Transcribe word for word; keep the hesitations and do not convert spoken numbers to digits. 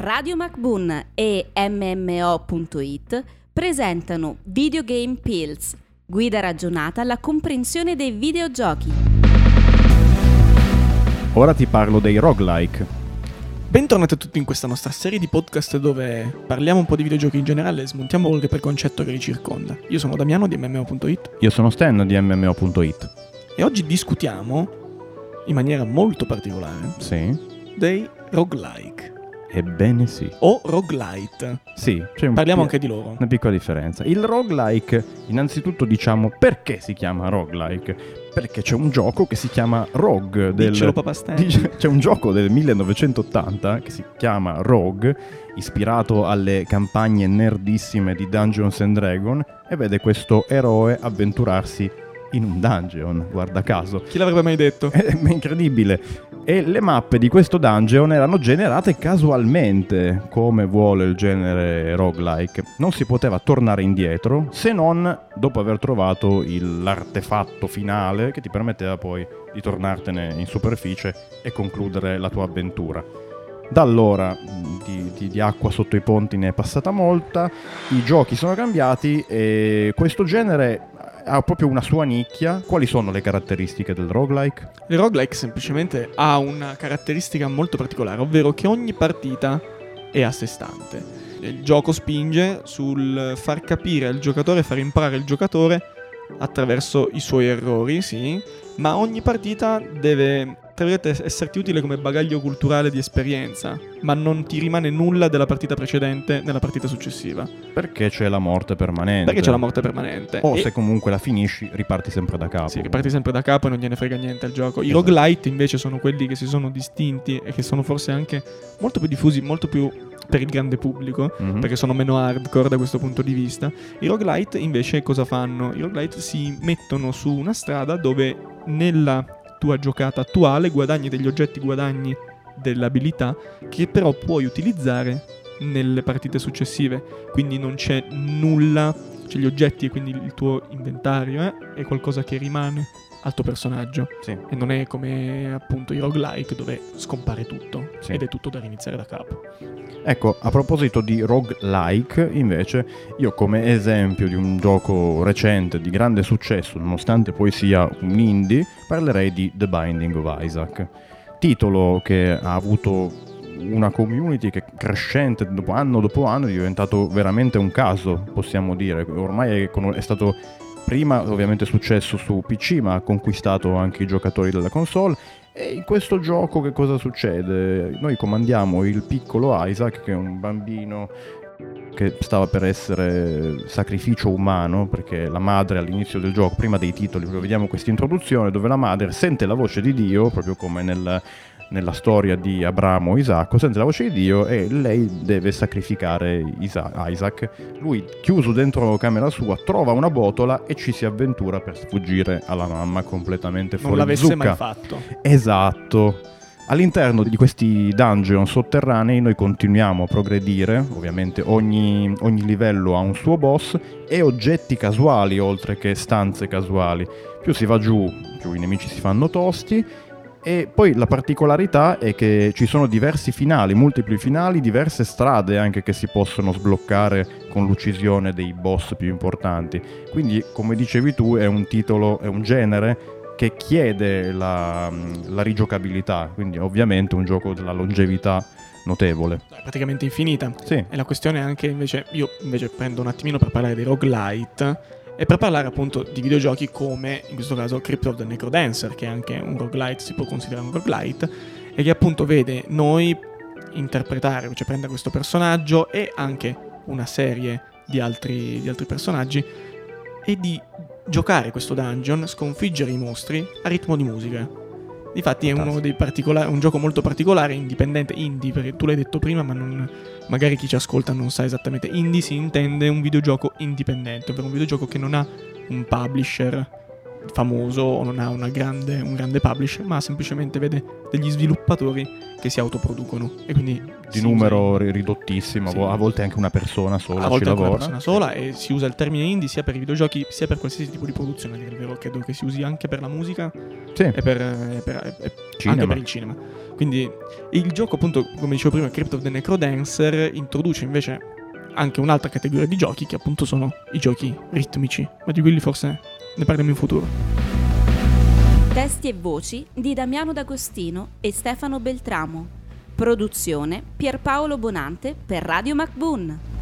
Radio MacBoon e M M O punto it presentano Videogame Pills, guida ragionata alla comprensione dei videogiochi. Ora ti parlo dei roguelike. Bentornati a tutti in questa nostra serie di podcast dove parliamo un po' di videogiochi in generale e smontiamo qualche preconcetto che li circonda. Io sono Damiano di M M O punto it. Io sono Stan di M M O punto it. E oggi discutiamo, in maniera molto particolare, Sì. dei roguelike. Ebbene sì. O roguelite. Sì, c'è un Parliamo pi- anche di loro. una piccola differenza. Il roguelike, innanzitutto diciamo perché si chiama roguelike. Perché c'è un gioco che si chiama Rogue del... Diccelo, papà Stan. Dice- C'è un gioco del millenovecentottanta che si chiama Rogue, ispirato alle campagne nerdissime di Dungeons and Dragons, e vede questo eroe avventurarsi in un dungeon, guarda caso. Chi l'avrebbe mai detto? È incredibile. E le mappe di questo dungeon erano generate casualmente, come vuole il genere roguelike. Non si poteva tornare indietro, se non dopo aver trovato il, l'artefatto finale che ti permetteva poi di tornartene in superficie e concludere la tua avventura. Da allora di, di, di acqua sotto i ponti ne è passata molta, i giochi sono cambiati e questo genere ha proprio una sua nicchia. Quali sono le caratteristiche del roguelike? Il roguelike semplicemente ha una caratteristica molto particolare, ovvero che ogni partita è a sé stante. Il gioco spinge sul far capire al giocatore, far imparare il giocatore attraverso i suoi errori, sì, ma ogni partita deve, tra virgolette, esserti utile come bagaglio culturale di esperienza, ma non ti rimane nulla della partita precedente nella partita successiva. Perché c'è la morte permanente. Perché c'è la morte permanente. O E se comunque la finisci, riparti sempre da capo. sì, riparti sempre da capo e non gliene frega niente al gioco. I Esatto. roguelite invece sono quelli che si sono distinti e che sono forse anche molto più diffusi, molto più per il grande pubblico, Mhm. perché sono meno hardcore da questo punto di vista. I roguelite invece cosa fanno? I roguelite si mettono su una strada dove nella tua giocata attuale guadagni degli oggetti, guadagni dell'abilità che però puoi utilizzare nelle partite successive. Quindi non c'è nulla, c'è gli oggetti e quindi il tuo inventario eh, è qualcosa che rimane al tuo personaggio. Sì. E non è come appunto i roguelike dove scompare tutto, Sì. ed è tutto da riniziare da capo. Ecco, a proposito di roguelike, invece, io come esempio di un gioco recente di grande successo, nonostante poi sia un indie, parlerei di The Binding of Isaac. Titolo che ha avuto una community che crescente dopo anno dopo anno è diventato veramente un caso, possiamo dire. Ormai è, con- è stato prima ovviamente successo su P C, ma ha conquistato anche i giocatori della console. E in questo gioco che cosa succede? Noi comandiamo il piccolo Isaac, che è un bambino che stava per essere sacrificio umano, perché la madre all'inizio del gioco, prima dei titoli, proprio vediamo questa introduzione dove la madre sente la voce di Dio, proprio come nel, nella storia di Abramo e Isacco, sente la voce di Dio e lei deve sacrificare Isa- Isaac. Lui, chiuso dentro camera sua, trova una botola e ci si avventura per sfuggire alla mamma completamente fuori Non l'avesse zucca. mai fatto. Esatto. All'interno di questi dungeon sotterranei noi continuiamo a progredire, ovviamente ogni, ogni livello ha un suo boss e oggetti casuali oltre che stanze casuali. Più si va giù, più i nemici si fanno tosti. E poi la particolarità è che ci sono diversi finali, multipli finali, diverse strade anche che si possono sbloccare con l'uccisione dei boss più importanti. Quindi, come dicevi tu, è un titolo, è un genere che chiede la, la rigiocabilità, quindi ovviamente un gioco della longevità notevole. È praticamente infinita. Sì, E la questione è anche invece, io invece prendo un attimino per parlare dei roguelite e per parlare appunto di videogiochi come in questo caso Crypt of the Necrodancer, che è anche un roguelite, si può considerare un roguelite, e che appunto vede noi interpretare, cioè prendere questo personaggio e anche una serie di altri, di altri personaggi e di giocare questo dungeon, sconfiggere i mostri a ritmo di musica. Difatti è uno dei particolari, un gioco molto particolare, indipendente, indie, perché tu l'hai detto prima, ma non, magari chi ci ascolta non sa esattamente. Indie si intende un videogioco indipendente, ovvero un videogioco che non ha un publisher famoso o non ha una grande, un grande publisher, ma semplicemente vede degli sviluppatori che si autoproducono e quindi di numero usa... ridottissimo, sì. A volte anche una persona sola a volte ci anche lavora. Una persona sola, e si usa il termine indie sia per i videogiochi sia per qualsiasi tipo di produzione, a dire il vero. Credo che si usi anche per la musica, sì. e, per, e, per, e anche per il cinema. Quindi il gioco, appunto, come dicevo prima, Crypt of the Necrodancer introduce invece anche un'altra categoria di giochi, che appunto sono i giochi ritmici, ma di quelli forse ne parliamo in futuro. Testi e voci di Damiano D'Agostino e Stefano Beltramo. Produzione Pierpaolo Bonante per Radio MacBoon.